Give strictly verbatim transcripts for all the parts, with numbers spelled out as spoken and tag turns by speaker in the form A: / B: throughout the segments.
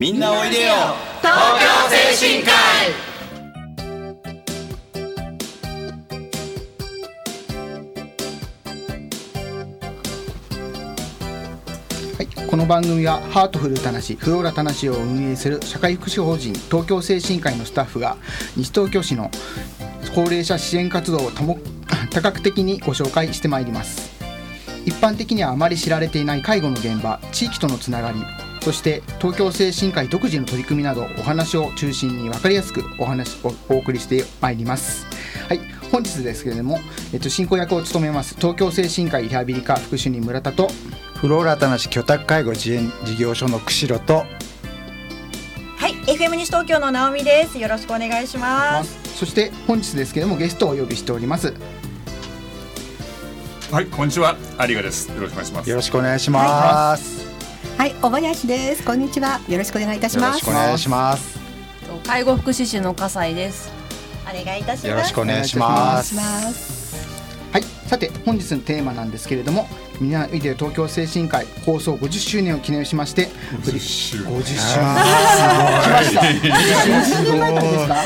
A: みんなおいでよ
B: 東京精神科医。
C: はい、この番組はハートフルたなしフローラたなしを運営する社会福祉法人東京精神科医のスタッフが西東京市の高齢者支援活動を多目多角的にご紹介してまいります。一般的にはあまり知られていない介護の現場、地域とのつながり、そして東京精神科医独自の取り組みなどお話を中心に分かりやすくお話をお送りしてまいります。はい、本日ですけれども、えっと、進行役を務めます東京精神科医リハビリ科副主任村田と
D: フローラたなし居宅介護支援事業所の釧路と、
E: はい、エフエム 西東京の直美です。よろしくお願いします。
C: そして本日ですけれどもゲストをお呼びしております。
F: はい、こんにちは、有賀です。よろしくお願いします。
D: よろしくお願いします。
G: はい、小林です。こんにちは。よろしくお願いいたします。
D: よろしくお願いします。
B: 介護福祉士の笠井です。
E: お願いいたします。
D: よろしくお願いします。
C: はい、さて本日のテーマなんですけれども、みんなおいでよ東京精神科医放送ごじゅっしゅうねんを記念しまして
F: ごじゅっしゅうねん
C: ごじゅっしゅうねん来ました。何年前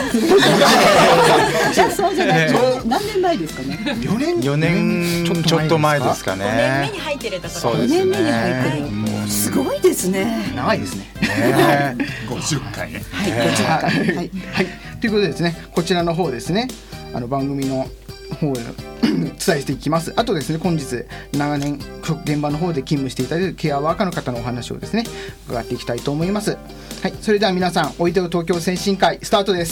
C: ですか？
G: そうじゃない。何年前ですかね。
C: よねん
D: よねんちょっと前ですかね。
E: ごねんめに入ってるところ。
D: そうですね。
G: ごねんめに入ってる。もうすごいですね。
C: 長いですね。
D: ね
F: ごじゅっかいね。
G: はい、ごじゅっかい。はい。
C: はい、ということでですね、こちらの方ですね、あの番組の方へ伝えていきます。あとですね、本日長年現場の方で勤務していただいるケアワーカーの方のお話をですね伺っていきたいと思います。はい、それでは皆さんおいでよ東京精神科医スタートです。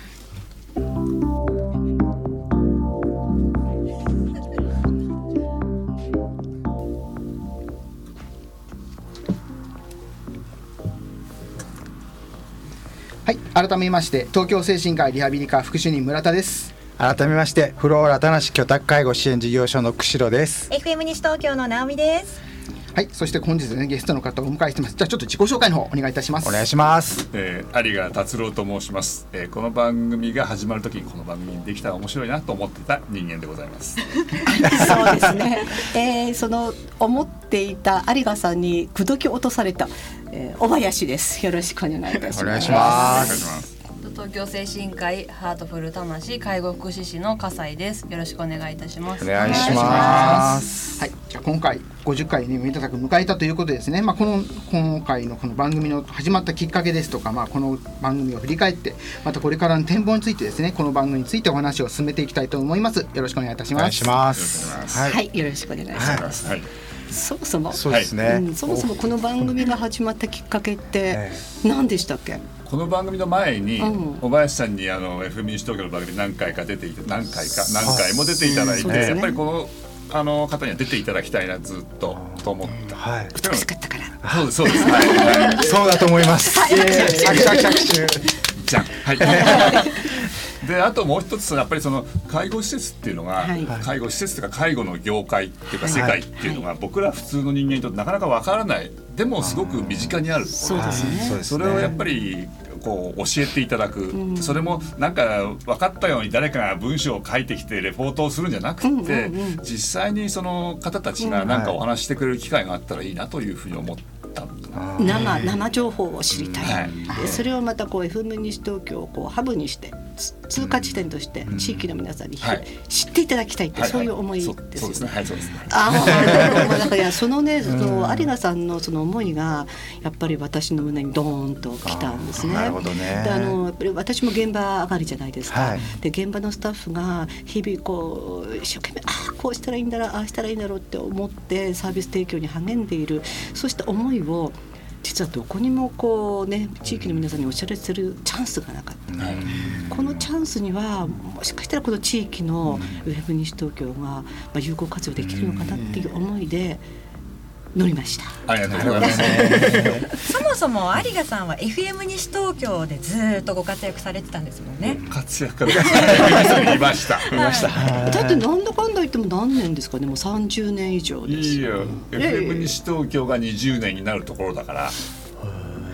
C: はい、改めまして東京精神科医リハビリ科副主任村田です。
D: 改めましてフローラたなし居宅介護支援事業所の釧路です。
E: エフエム 西東京の直美です。
C: はい、そして本日ねゲストの方をお迎えしてます。じゃあちょっと自己紹介の方お願いいたします。
D: お願いします。
F: えー、有賀達郎と申します。えー、この番組が始まるときにこの番組にできたら面白いなと思っていた人間でございます。
G: そうですね。えー、その思っていた有賀さんに口説き落とされた、えー、小林です。よろしくお願いいたします。
D: お願いします。
F: お願いします。
B: 東京精神科医ハートフルたなし介護福祉士の笠井です。よろしくお願いいたします。
D: お願いします。
C: はい、じゃあ今回ごじゅっかいにめでたく迎えたということですね。まあ、この今回のこの番組の始まったきっかけですとか、まあ、この番組を振り返ってまたこれからの展望についてですね、この番組についてお話を進めていきたいと思います。よろしくお願いいたします。
D: お願いします。
G: はい、はい、よろしくお願いします。
F: はい、
G: そもそも
D: そうですね、
G: うん、そもそもこの番組が始まったきっかけって何でしたっけ？
F: この番組の前に、
G: うん、
F: 小林さんにあの エフエム 西東京の番組に何回か出ていて何回か何回も出ていただいて、ね、やっぱりこのあの方には出ていただきたいなずっとと思った。
G: はい、美しかったから。
F: そうですそうです。はいはい、
D: そうだと思います。
G: はい、
F: じゃん。はい。であともう一つやっぱりその介護施設っていうのが、はい、介護施設というか介護の業界っていうか世界っていうのが、はい、僕ら普通の人間にとってなかなかわからない、でもすごく身近にある。
G: そうですね。
F: それをやっぱりこう教えていただく、うん、それもなんか分かったように誰かが文章を書いてきてレポートをするんじゃなくて、うんうんうん、実際にその方たちが何かお話してくれる機会があったらいいなというふうに思って
G: 生, 生情報を知りたい、
F: はい、
G: でそれをまたこう エフエム 西東京をこうハブにして通過地点として地域の皆さんに、はい、知っていただきたいって、はい、そういう思いですよね。そうですね。はいそうですね。ああだからそのねその有賀さんのその思いがやっぱり私の胸にドーンときたんですね。
D: なるほどね。
G: であのやっぱり私も現場上がりじゃないですか、
D: はい、
G: で現場のスタッフが日々こう一生懸命ああこうしたらいいんだろうああしたらいいんだろうって思ってサービス提供に励んでいる、そうした思いを実はどこにもこう、ね、地域の皆さんにお知られするチャンスがなかった、はい、このチャンスにはもしかしたらこの地域のウェブ西東京が、まあ、有効活用できるのかなっていう思いで乗りました。
F: ありがとうございます。
E: そもそも有賀さんは エフエム 西東京でずっとご活躍されてたんですもんね。
F: 活躍いました。いました。
G: だってなんだかんだ言っても何年ですかね。もうさんじゅうねん以上です。
F: いいよ。エフエム 西東京がにじゅうねんになるところだから。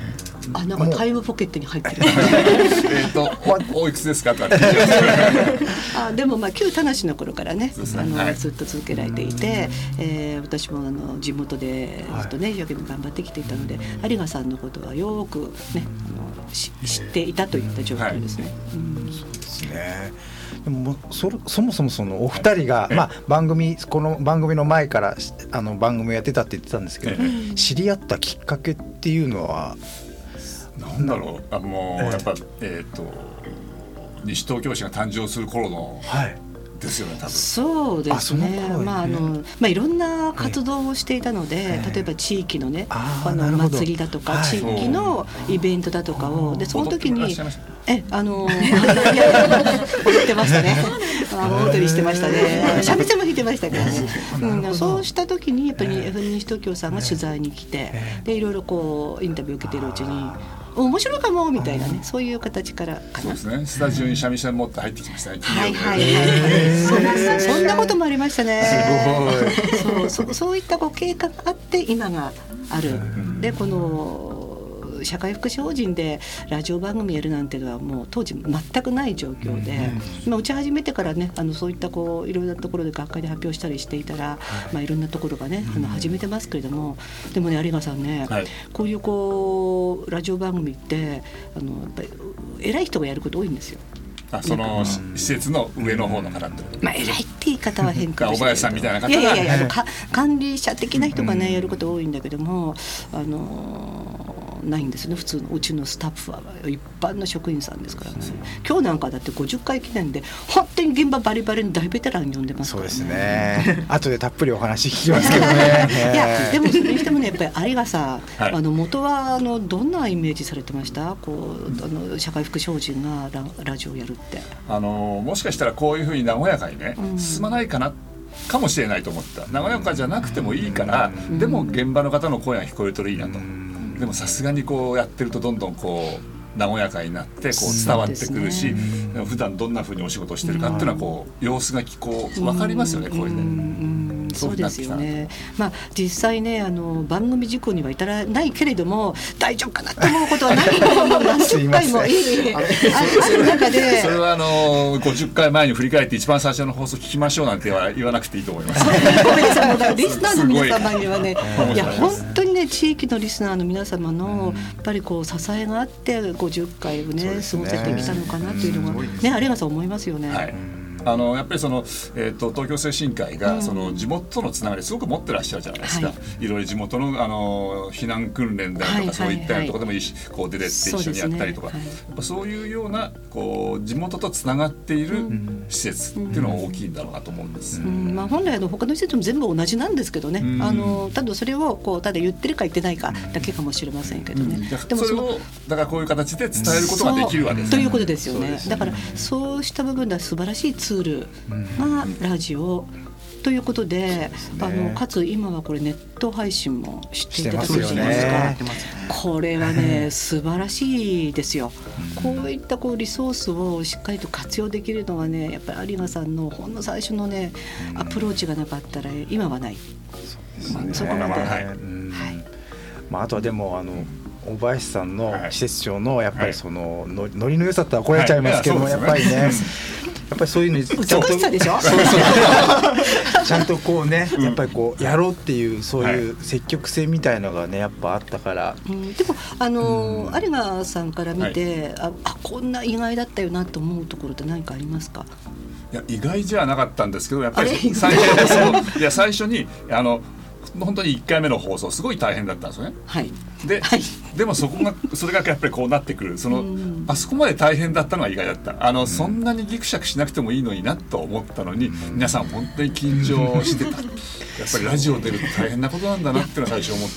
G: あ、なんかタイムポケットに入ってる
F: えっとおいくつですかとか聞いてます
G: あ、でもまあ旧田無の頃からね、あの、
F: はい、
G: ずっと続けられていて、えー、私もあの地元でずっとね、一生懸命頑張ってきていたので、有賀さんのことはよくね、あのし知っていたといった状況ですね、はい、うん、
D: そうですね。でも そ, そもそもそのお二人が、まあ、番組この番組の前からあの番組をやってたって言ってたんですけど、知り合ったきっかけっていうのは
F: なんだろう。あもうやっぱ、えー、と西東京市が誕生する頃の、はい、ですよね、多分。
G: そうですね。まああのまあいろんな活動をしていたので、例えば地域のね、あの祭りだとか、地域のイベントだとかを、でその時にえあの踊ってましたね。あの踊りしてましたね。三味線も弾いてましたけどね。うん、そうした時にやっぱり エフエム 西東京さんが取材に来て、でいろいろこうインタビューを受けているうちに。面白いかもみたいなね、そういう形からかな。
F: そうですね。スタジオに三味線持って入ってきましたね。
G: はいはいはい。そんなこともありましたね。すごい。そうそうそういったこう経過があって今がある。でこの社会福祉法人でラジオ番組やるなんていうのはもう当時全くない状況で、まあ打ち始めてからね、あのそういったこういろいろなところで学会で発表したりしていたら、まあいろんなところがねあの始めてますけれども、でもね有賀さんね、はい、こういうこうラジオ番組ってあのやっぱり偉い人がやること多いんですよ。
F: あ、その施設の上の方の方ってこと、
G: まあ偉いって言い方は変かもしれない。
F: 小林さんみたいな方が、
G: いやいやいや、あのか管理者的な人がねやること多いんだけども、あのないんですね。普通のうちのスタッフは一般の職員さんですからね。今日なんかだってごじゅっかい記念で本当に現場バリバリの大ベテラン呼んでますからね。
D: そうですね。後でたっぷりお話聞きますけどね。
G: いやでもそれにしてもね、やっぱり有賀さん、はい、あの元はあのどんなイメージされてました？こうあの社会福祉法人が ラ, ラジオをやるって。
F: あのもしかしたらこういうふうに和やかにね、うん、進まないかなかもしれないと思った。和やかじゃなくてもいいから、うん、でも現場の方の声が聞こえるといいなと。うん、でもさすがにこうやってるとどんどんこう和やかになってこう伝わってくるし、でも普段どんな風にお仕事をしてるかっていうのはこう様子がこう分かりますよね、これで。
G: そうですよね。まあ実際ね、あの番組事故には至らないけれども大丈夫かなと思うことはないと思う。何十回もいいある中で、
F: それはあのごじゅっかいまえに振り返って一番最初の放送聞きましょうなんては言わなくていいと思います。
G: ごめんなさい、もうリスナーの皆様にはね、いや本当にね地域のリスナーの皆様のやっぱりこう支えがあってごじゅっかいをね過ごせてきたのかなというのがね、有賀さん思いますよね。はい、
F: あのやっぱりその、えー、と東京精神科医がその地元とのつながりすごく持ってらっしゃるじゃないですか、はい、いろいろ地元 の, あの避難訓練であるとか、そういったようなところでもいいし、こう出てって一緒にやったりとか、そう、ね、はい、やっぱそういうようなこう地元とつながっている施設っていうのは大きいんだろうなと思うんです、
G: うんうん、まあ、本来の他の施設も全部同じなんですけどね、うん、あのただそれをこうただ言ってるか言ってないかだけかもしれませんけどね、うん、
F: でもそれをだからこういう形で伝えることができるわけです、ね、
G: ということですよね。だからそうした部分では素晴らしいツールがラジオということで、あのかつ今はこれネット配信もしていただくじゃないですか。これはね素晴らしいですよ。こういったこうリソースをしっかりと活用できるのはね、やっぱり有賀さんのほんの最初のねアプローチがなかったら今はない。
D: そうですね。そこまで、はいはい、まあ、あとはでもあの大林さんの施設長のやっぱりそのノリの良さって怒られちゃいますけども、やっぱりねやっぱりそういうのにちゃんと
G: でしょ
D: ちゃんとこうね、やっぱりこうやろうっていうそういう積極性みたいのがねやっぱあったから、
G: うん、でもあの有賀さんから見て、はい、あ, あこんな意外だったよなと思うところって何かありますか？
F: いや意外じゃなかったんですけど、やっぱり最初いや最初にあの本当にいっかいめの放送すごい大変だったんですよね、はい、で, はい、でもそこがそれがやっぱりこうなってくる、そのあそこまで大変だったのは意外だった。あの、うん、そんなにギクシャクしなくてもいいのになと思ったのに、うん、皆さん本当に緊張してたやっぱりラジオ出ると大変なことなんだなっていうのは最初思った。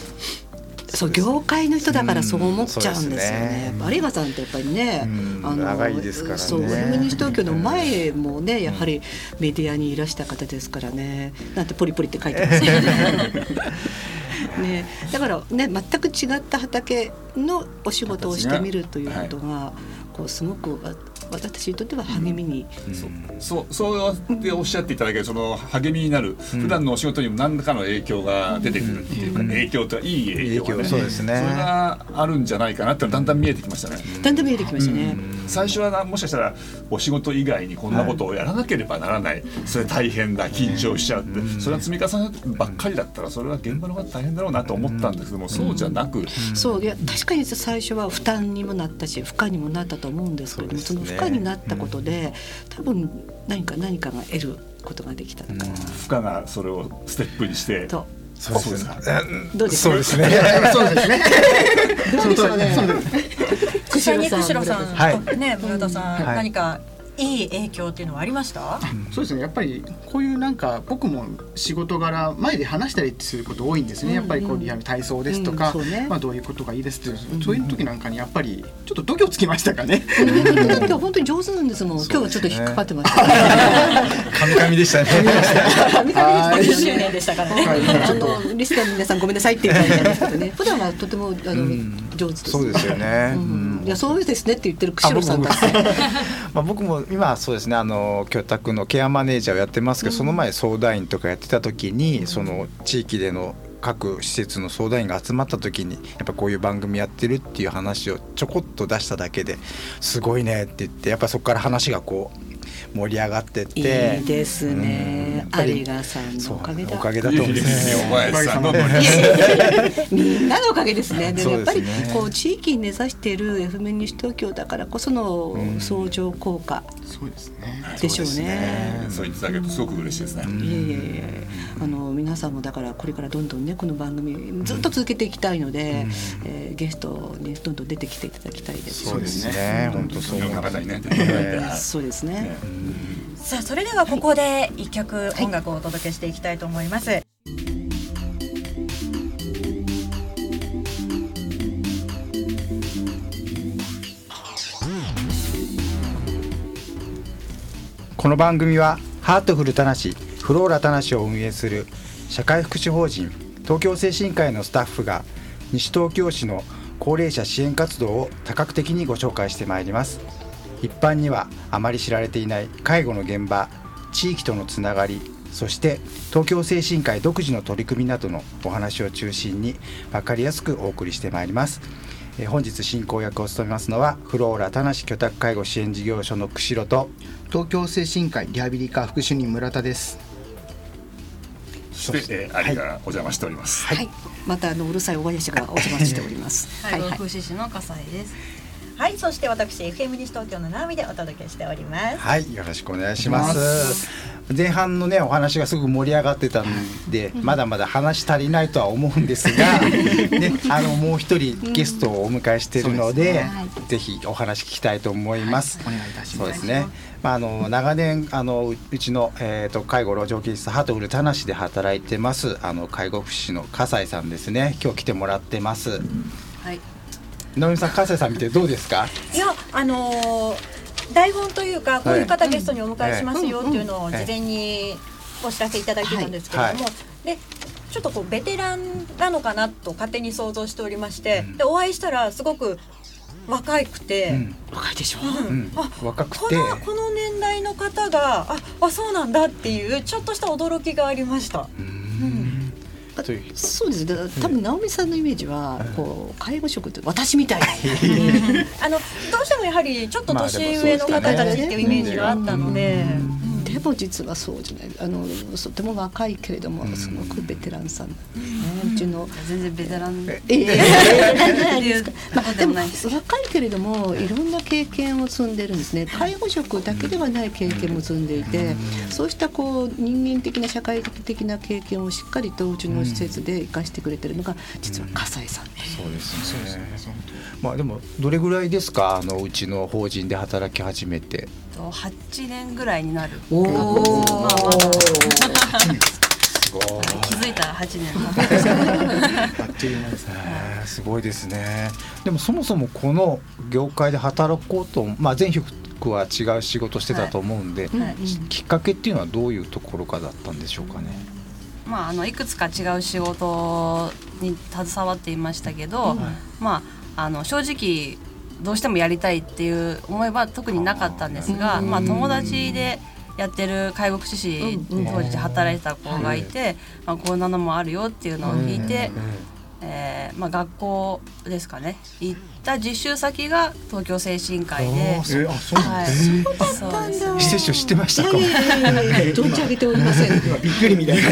G: そう業界の人だからそう思っちゃうんですよね。有賀さんってやっぱりね、あの
D: 長いですからね。
G: そうエフエム西東京の前もねやはりメディアにいらした方ですからね。なんてポリポリって書いてますね。ね、だからね全く違った畑のお仕事をしてみるということが、はい、こうすごく私にとっては励みに、
F: うん、そう、そうやっておっしゃっていただけるその励みになる、うん、普段のお仕事にも何らかの影響が出てくるっていうか、うん、影響とはいい影響がね、
D: そうですね、
F: それがあるんじゃないかなってだんだん見えてきましたね。
G: だんだん見えてきましたね、
F: うん、最初はもしかしたらお仕事以外にこんなことをやらなければならない、はい、それ大変だ、緊張しちゃって、うん、それは積み重ねばっかりだったらそれは現場の方が大変だろうなと思ったんですけども、うん、そうじゃなく、うん、
G: そういや確かに最初は負担にもなったし負荷にもなったと思うんですけども、 そ, その負荷になったことで、うん、多分何か何かが得ることができたのかな、うん、
F: 負荷がそれをステップにして
G: と
D: そうですね。
G: どうです
D: そうですね。
C: そうですね。
G: どうでしょうね。
E: 実際に釧路さん、
D: はい、
E: ね、村田さん、
C: はい、
E: 何かいい影響っていうのはありました？
C: そうですね、やっぱりこういうなんか僕も仕事柄前で話したりすること多いんですね、うんうん、やっぱりこうリアル体操ですとか、うんね、まあ、どういうことがいいですっていう、うんうん、そういう時なんかにやっぱりちょっと度胸つきましたかね。
G: だって本当に上手なんですもん。今日はちょっと引っかかってました。
D: カミカミでしたね。
G: カミカミでした。
E: じゅうねんでしたからね。
G: あのリスナーの皆さんごめんなさいって言ったらいいんですけどね。普段はとてもあの、うん、上手です。
D: そうですよね。
G: うん、いやそうですねって言ってる釧路さんが。
D: まあ僕も今そうですね、あの居宅のケアマネージャーをやってますけど、うん、その前相談員とかやってた時に、うん、その地域での各施設の相談員が集まった時にやっぱこういう番組やってるっていう話をちょこっと出しただけですごいねって言って、やっぱそこから話がこう盛り上がってって、
G: いいですね、うん、有賀さんのおかげだ
D: おかげだと思うんですね。
F: お前さんの
G: みんなのおかげですね。でもやっぱりこう地域に根ざしている エフエム 西東京だからこその相乗効果でしょうね。
F: そう言っていただけるとすごく嬉しいですね。
G: いやいやいや、あの皆さんもだからこれからどんどんねこの番組ずっと続けていきたいので、うん、えー、ゲストにどんどん出てきていただきたいです。
D: そうですね。本当そう思います。
G: そうですね。ね、
E: さあそれではここで一曲音楽をお届けしていきたいと思います。はい、
D: この番組はハートフルたなしフローラたなしを運営する社会福祉法人東京精神科医のスタッフが西東京市の高齢者支援活動を多角的にご紹介してまいります。一般にはあまり知られていない介護の現場、地域とのつながり、そして東京精神科医独自の取り組みなどのお話を中心に分かりやすくお送りしてまいります。えー、本日進行役を務めますのはフローラたなし居宅介護支援事業所の釧路と
C: 東京精神科医リハビリ科副主任村田です。
F: そして、えー、有賀がお邪魔しております。
G: はい、はい、またあのうるさいおばやしがお邪魔しております。
B: 介護福祉士の笠井です。
E: はい、そして私 エフエム 西東京の直美でお届けしております。
D: はい、よろしくお願いします。前半のねお話がすごく盛り上がってたんで、まだまだ話足りないとは思うんですが、ね、あのもう一人ゲストをお迎えしているので、うん、ぜひお話聞きたいと思います。
C: はい、お願いいたします。
D: そうですね。まあ、あの長年あのうちの、えー、と介護老人保健室ハートフルたなしで働いてますあの介護福祉士の笠井さんですね。今日来てもらってます。
B: はい。
D: 直美さん、笠井さん見てどうですか？
E: いや、あのー、台本というかこういう方ゲストにお迎えしますよっていうのを事前にお知らせいただいてたんですけれども、でちょっとこうベテランなのかなと勝手に想像しておりまして、でお会いしたらすごく若くて、うん、
G: 若いでしょ、
E: うん、あ
D: 若くて
E: この、この年代の方が あ, あそうなんだっていうちょっとした驚きがありました。うん
G: うんそうですね。多分直美さんのイメージはこう介護職って私みたいな
E: あのどうしてもやはりちょっと年上の方たちっていうイメージがあったので、
G: でも実はそうじゃない、あのとても若いけれどもすごくベテランさんなんですね。うちの
B: 全然ベテラン
G: ええまあでも若いけれどもいろんな経験を積んでるんですね。介護職だけではない経験も積んでいて、そうしたこう人間的な社会的な経験をしっかりとうちの施設で生かしてくれてるのが実は笠井さんです。
D: そうですね。まあでもどれぐらいですか、あのうちの法人で働き始めて。
B: はちねんぐらいになる。
G: おお。
D: すごい。
B: 気づいたらはちねん。
D: あっという間ですね。すごいですね。でもそもそもこの業界で働こうと、まあ前職は違う仕事してたと思うんで、はいはい、きっかけっていうのはどういうところかだったんでしょうかね。
B: まあ、あのいくつか違う仕事に携わっていましたけど、うん、まあ、あの正直どうしてもやりたいっていう思いは特になかったんですが、まあ、友達でやってる介護福祉士当時働いてた子がいて、まあ、こんなのもあるよっていうのを聞いて、えーまあ、学校ですかね行った実習先が東京精神科医で、
C: えー、あそうなんですね、
B: はい、そうですね。
D: 施設長知ってましたか？
G: いやいやいやいやいや存じ上げておりません。
C: びっくりみたいな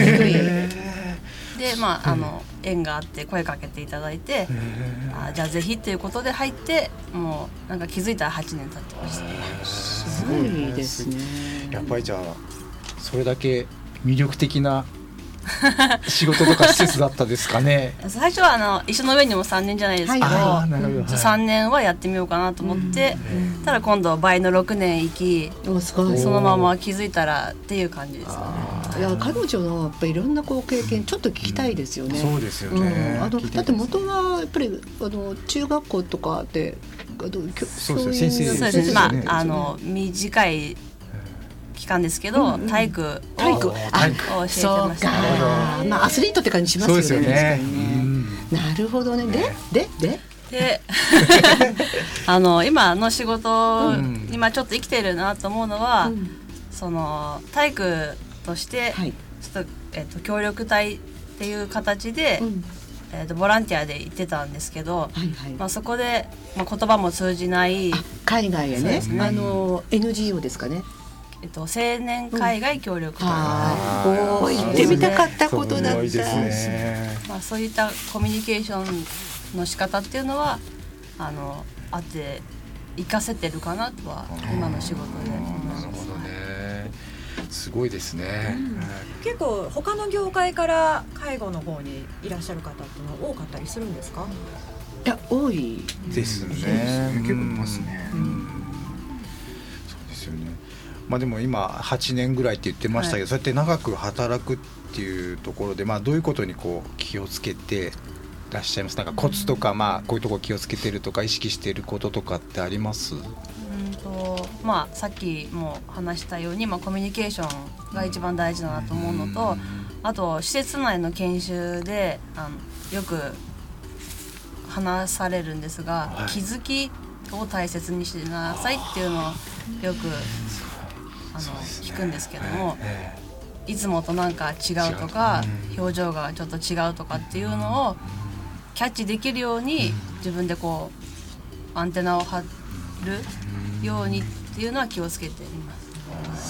B: で、まあ、あの縁があって声かけていただいて、あじゃあぜひっていうことで入って、もうなんか気づいたらはちねん経ってました。
G: すごいですね。
D: やっぱりじゃあそれだけ魅力的な仕事とか施設だったですかね。
B: 最初はあの石の上にもさんねんじゃないですけど、
G: はい、
B: さんねんはやってみようかなと思って、うん、ただ今度倍のろくねん行き、
G: すごい、
B: そのまま気づいたらっていう感じですかね。
G: いや彼女のやっぱりいろんなこう経験ちょっと聞きたいですよね。
D: うん、そうですよね。
G: うん、あのだって元はやっぱりあの中学校とかであの
D: そうです先生
B: そうです、まああの短い期間ですけど、うんうん、体育を
G: 体育を教えてました、ね。まあアスリートって感じしますよね。
D: そうですよね。
G: うん、なるほどね。ででで
B: であの今の仕事、うん、今ちょっと生きてるなと思うのは、うん、その体育として、はい、ちょっと、えっと、協力隊っていう形で、うんえー、とボランティアで行ってたんですけど、はいはいまあ、そこで、まあ、言葉も通じない
G: 海外へ ね, ねあの エヌジーオー ですかね。
B: えっと、青年海外協力隊、うん、
G: あお行ってみたかったことだった。そうです
B: ね。まあ、そういったコミュニケーションの仕方っていうのはあのあって活かせてるかなとは今の仕事で思います。
D: なるほどね。すごいですね、うん、
E: 結構他の業界から介護の方にいらっしゃる方っていうのは多かったりするんですか？
G: いや多い
D: ですね、
C: うん、結構いますね、うん、
D: そうですよね。まあ、でも今はちねんぐらいって言ってましたけど、はい、そうやって長く働くっていうところで、まあ、どういうことにこう気をつけてらっしゃいます？なんかコツとか、まあ、こういうところ気をつけてるとか意識していることとかってあります？
B: うんとまあ、さっきも話したように、まあ、コミュニケーションが一番大事だなと思うのと、うん、あと施設内の研修であのよく話されるんですが、はい、気づきを大切にしなさいっていうのをよくあの聞くんですけども、いつもとなんか違うとか表情がちょっと違うとかっていうのをキャッチできるように自分でこうアンテナを張るようにっていうのは気をつけています。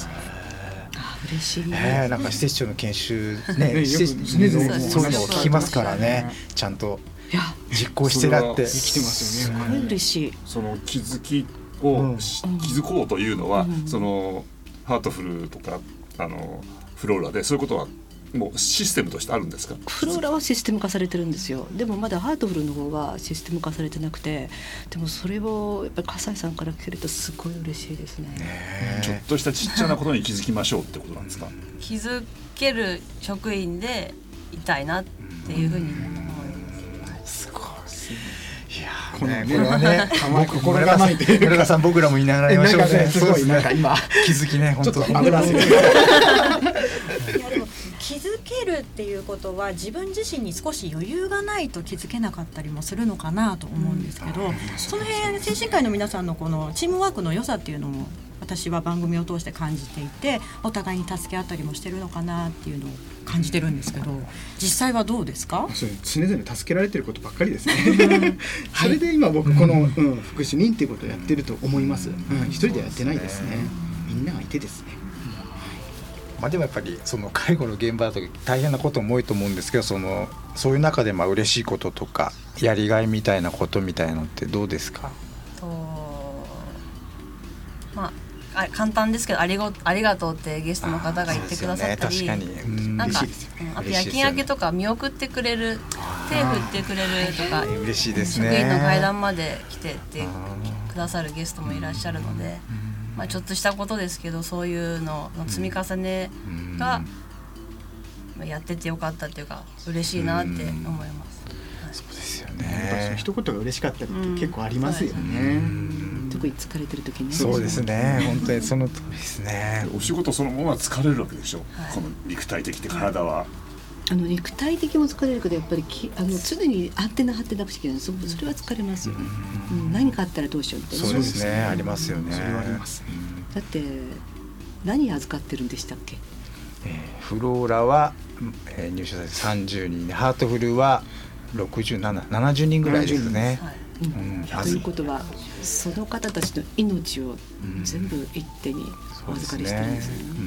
G: あ、嬉しい、
D: えー、なんか施設長の研修ね施設ねそういうのを聞きますからね、ちゃんと実行してらって
C: 生きてますよね。
G: すごい嬉しい。
F: その気づきを、うん、気づこうというのは、うん、そのハートフルとかあのフローラでそういうことはもうシステムとしてあるんですか？
G: フローラはシステム化されてるんですよ。でもまだハートフルの方がシステム化されてなくて、でもそれをやっぱり笠井さんから聞けるとすごい嬉しいですね。
F: ねちょっとしたちっちゃなことに気づきましょうってことなんですか？
B: 気づける職員でいたいなっていうふうに思います。
D: すごい。いやーこ, ね、これはね僕これが村田さん僕らも言いながらやりましょうね。
C: すごいなんか今
D: 気づきね本当
C: ちょっと油すぎる。
E: 気づけるっていうことは自分自身に少し余裕がないと気づけなかったりもするのかなと思うんですけど、うん、その辺精神科医の皆さんのこのチームワークの良さっていうのも私は番組を通して感じていて、お互いに助け合ったりもしてるのかなっていうのを感じてるんですけど、実際はどうですか？
C: 常々助けられてることばっかりですね。それで今僕この、うん、福祉人っていうことをやってると思います、うん、一人でやってないですね。みんながいてですね。
D: まあ、でもやっぱりその介護の現場だと大変なことも多いと思うんですけど、そのそういう中でまあ嬉しいこととかやりがいみたいなことみたいなのってどうですか？
B: とまあ、あ簡単ですけどありごありがとうってゲストの方が言ってくださったり、ね、確かに、うん、なんか、うん、あと夜勤明けとか見送ってくれる、手振ってくれるとか、
D: 嬉しいですね。
B: 職員の階段まで来てってくださるゲストもいらっしゃるので、まあ、ちょっとしたことですけどそういうのの積み重ねがやっててよかったっていうか嬉しいなって思います。
D: そうですよね。
C: 一言が嬉しかったりって結構ありますよね。
G: 特に疲れてる時にね。
D: そうですね。本当にその通りですね。
F: お仕事そのものは疲れるわけでしょ、はい、この肉体的って体は。
G: あの肉体的も疲れるけどやっぱりきあの常にアンテナ張ってなくちゃいけない。そそれは疲れますよね、うんうん、何かあったらどうしようって。
D: そうですね、ありますよね。
C: それはあります、
G: うん、だって何預かってるんでしたっけ。
D: えー、フローラは、えー、入所者さんじゅうにんで、ハートフルはろくじゅうなな、ななじゅうにんぐらいですね。
G: うんうん、ということはその方たちの命を全部一手にお預かりしてるんですね。うん、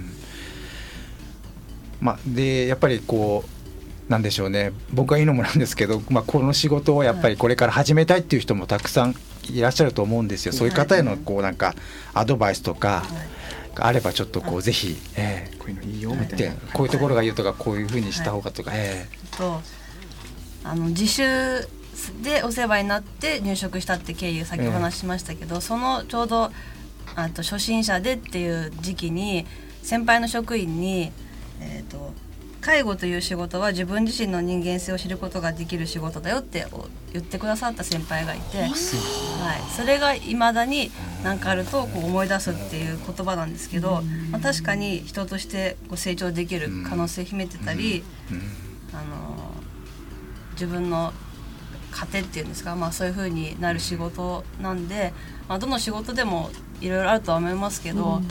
D: まあ、でやっぱりこうなんでしょうね、僕が言うのもなんですけど、まあ、この仕事をやっぱりこれから始めたいっていう人もたくさんいらっしゃると思うんですよ。そういう方へのこうなんかアドバイスとかあればちょっとこうぜひ、えー、
C: こういうのいいよみたいな、
D: こういうところがいいよとかこういうふうにした方がとか、
B: はい、
D: え
B: ー、とあの自主でお世話になって入職したって経緯さっきお話ししましたけど、えー、そのちょうどあと初心者でっていう時期に先輩の職員に、えー、と介護という仕事は自分自身の人間性を知ることができる仕事だよって言ってくださった先輩がいて、はい、それがいまだに何かあるとこう思い出すっていう言葉なんですけど、まあ、確かに人としてこう成長できる可能性を秘めてたり、あの自分の糧っていうんですか、まあ、そういう風になる仕事なんで、まあ、どの仕事でもいろいろあるとは思いますけど、うんうん、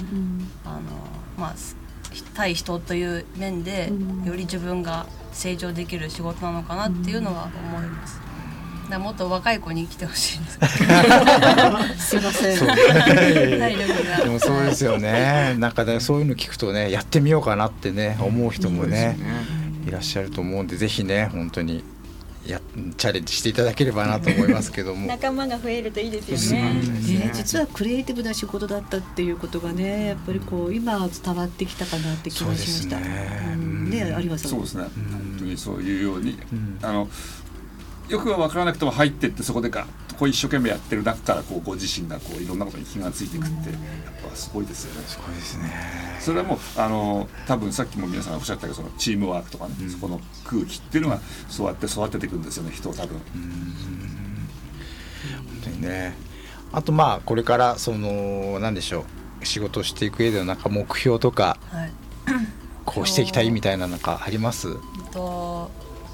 B: あのまあ、対人という面でより自分が成長できる仕事なのかなっていうのは思います。だからもっと若い子に来てほしいんですけどすいません体力が。
D: でもそうですよね、なんかね、そういうの聞くとね、やってみようかなってね思う人もね、いらっしゃると思うんで、ぜひね本当にやチャレンジしていただければなと思いますけども
E: 仲間が増えるといいですよね。
G: ね、実はクリエイティブな仕事だったっていうことがね、やっぱりこう今伝わってきたかなって気がしました。ね、うん、ね、有馬さん。
F: そうですね、本当にそういうように、うん、あのよくは分からなくても入ってって、そこでガッとこう一生懸命やってる中からこうご自身がこういろんなことに気がついていくってやっぱすごいですよね。
D: すごいですね。
F: それはもうあの多分さっきも皆さんおっしゃったけど、そのチームワークとかね、うん、そこの空気っていうのがそうやって育てていくんですよね、人を多分。うん、本
D: 当にね。あとまあこれからその何でしょう、仕事をしていく上でのなんか目標とか、はい、こうしていきたいみたいななんかあります？
B: と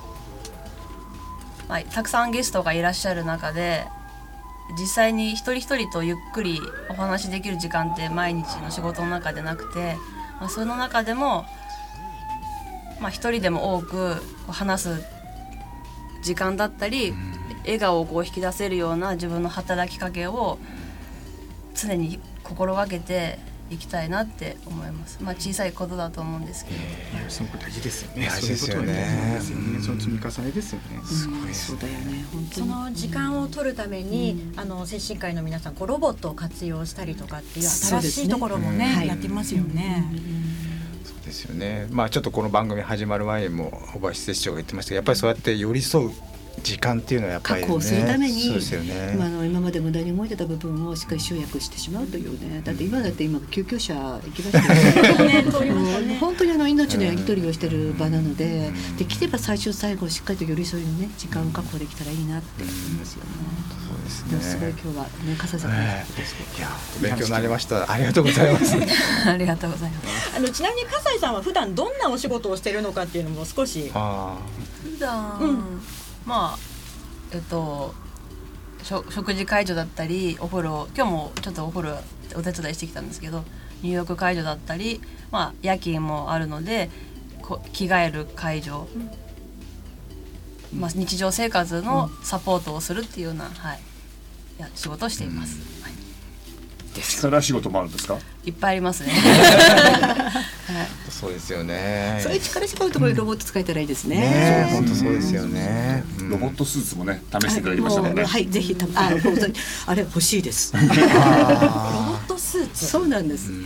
B: まあ、たくさんゲストがいらっしゃる中で実際に一人一人とゆっくりお話しできる時間って毎日の仕事の中でなくて、まあ、その中でも、まあ、一人でも多く話す時間だったり、笑顔をこう引き出せるような自分の働きかけを常に心がけていきたいなって思います。まあ、小さいことだと思うんですけど、
C: すごく大事ですよね。
D: 大事ですよね。
C: その積み重ねですよね。
G: すごいそうだよね。本当に
E: その時間を取るために、うん、あの精神科医の皆さんこうロボットを活用したりとかっていう新しいところも ね, ね、うん、やってますよね。うんうん、
D: そうですよね。まあちょっとこの番組始まる前にも小林摂長が言ってましたけど、やっぱりそうやって寄り添う時間っていうのはやっぱり、ね、
G: 確保するために、
D: そうですよね、
G: まあ、あの今まで無駄に動いてた部分をしっかり集約してしまうというね。だって今だって今救急車行きましたよね。通りましたね。本当にあの命のやり取りをしている場なので、できれば最終最後しっかりと寄り添いのね時間を確保できたらいいなって思いますよね。
D: そうですね。
G: すごい今日はね、笠井さんから
D: いや勉強になりました。ありがとうございます。
B: ありがとうございます。
E: あのちなみに笠井さんは普段どんなお仕事をしているのかっていうのも少し。
B: あ普段、うん、まあえっと、食事介助だったりお風呂、今日もちょっとお風呂お手伝いしてきたんですけど、入浴介助だったり、まあ、夜勤もあるのでこ着替える介助、うん、まあ、日常生活のサポートをするっていうような、はい、や仕事をしています。うん、はい、
F: 力仕事もあるんですか？
B: いっぱいありますね。はい、
D: そうですよね。
G: そういう力仕事もロボット使えたらいいですね。
D: ね、本当そうですよね。
F: ロボットスーツもね試していただきましたもんね。
G: はい、ぜひたああれ欲しいです。ロボ
E: ットスーツ。
G: そうなんです。うん、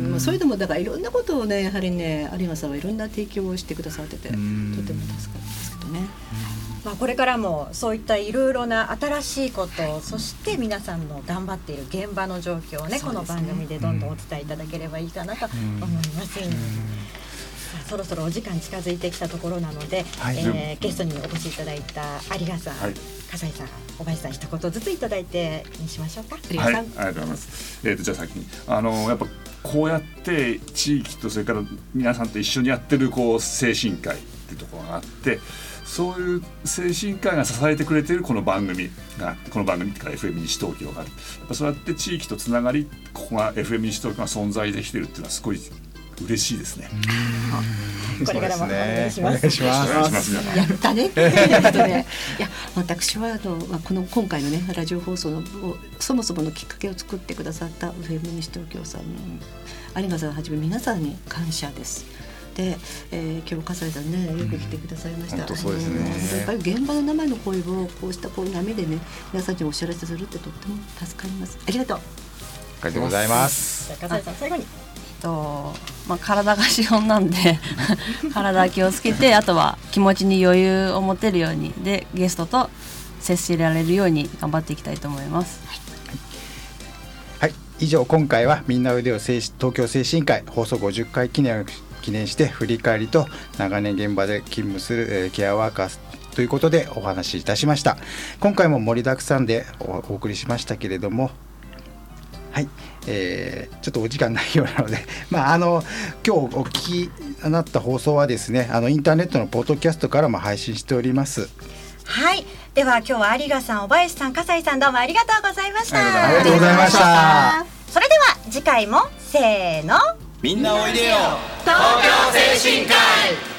G: まあそういうのもだからいろんなことをね、やはりね有馬さんはいろんな提供をしてくださっててとても助かるんですけどね。
E: まあ、これからもそういったいろいろな新しいこと、そして皆さんの頑張っている現場の状況をね、この番組でどんどんお伝えいただければいいかなと思います。そろそろお時間近づいてきたところなので、はい、えー、ゲストにお越しいただいた有賀さん、はい、笠井さん、小林さん、一言ずついただいてにしましょうか。
F: はい、ありがとうございます。えーと、じゃあ先にあのやっぱこうやって地域とそれから皆さんと一緒にやってるこう精神科医っていうところがあって、そういう精神科医が支えてくれているこの番組がこの番組っていうか エフエム 西東京がある。やっぱそうやって地域とつながり、ここが エフエム 西東京が存在できているっていうのはすごい嬉しいですね。
E: これからもお願いします。
C: お願いします。
F: お願いします皆さん。
G: やったねっていうことで、いや私はあのこの今回のねラジオ放送のそもそものきっかけを作ってくださった エフエム 西東京さんの有賀さんはじめ皆さんに感謝です。で、えー、今日笠井さんねよく来てくださいました。
D: 本当そうですね。
G: やっぱり現場の生の声をこうしたこう波でね皆さんにお知らせするってとっても助かります。ありがとう。
D: ありがとうございます。
E: 笠井さん最後に。
B: とまあ、体が資本なんで体気をつけて、あとは気持ちに余裕を持てるようにでゲストと接しられるように頑張っていきたいと思います。
D: はい、以上今回はみんなおいでよ東京精神科医放送ごじゅっかい記念を記念して振り返りと長年現場で勤務する、えー、ケアワーカーということでお話しいたしました。今回も盛りだくさんで お, お送りしましたけれども、はい、えー、ちょっとお時間ないようなので、まあ、あの今日お聞きになった放送はですね、あのインターネットのポッドキャストからも配信しております。
E: はい、では今日は有賀さん、小林さん、笠井さん、どうもありがとうございました。
D: ありがとうございました。
E: それでは次回もせーの、
A: みんなおいでよ東京精神科医。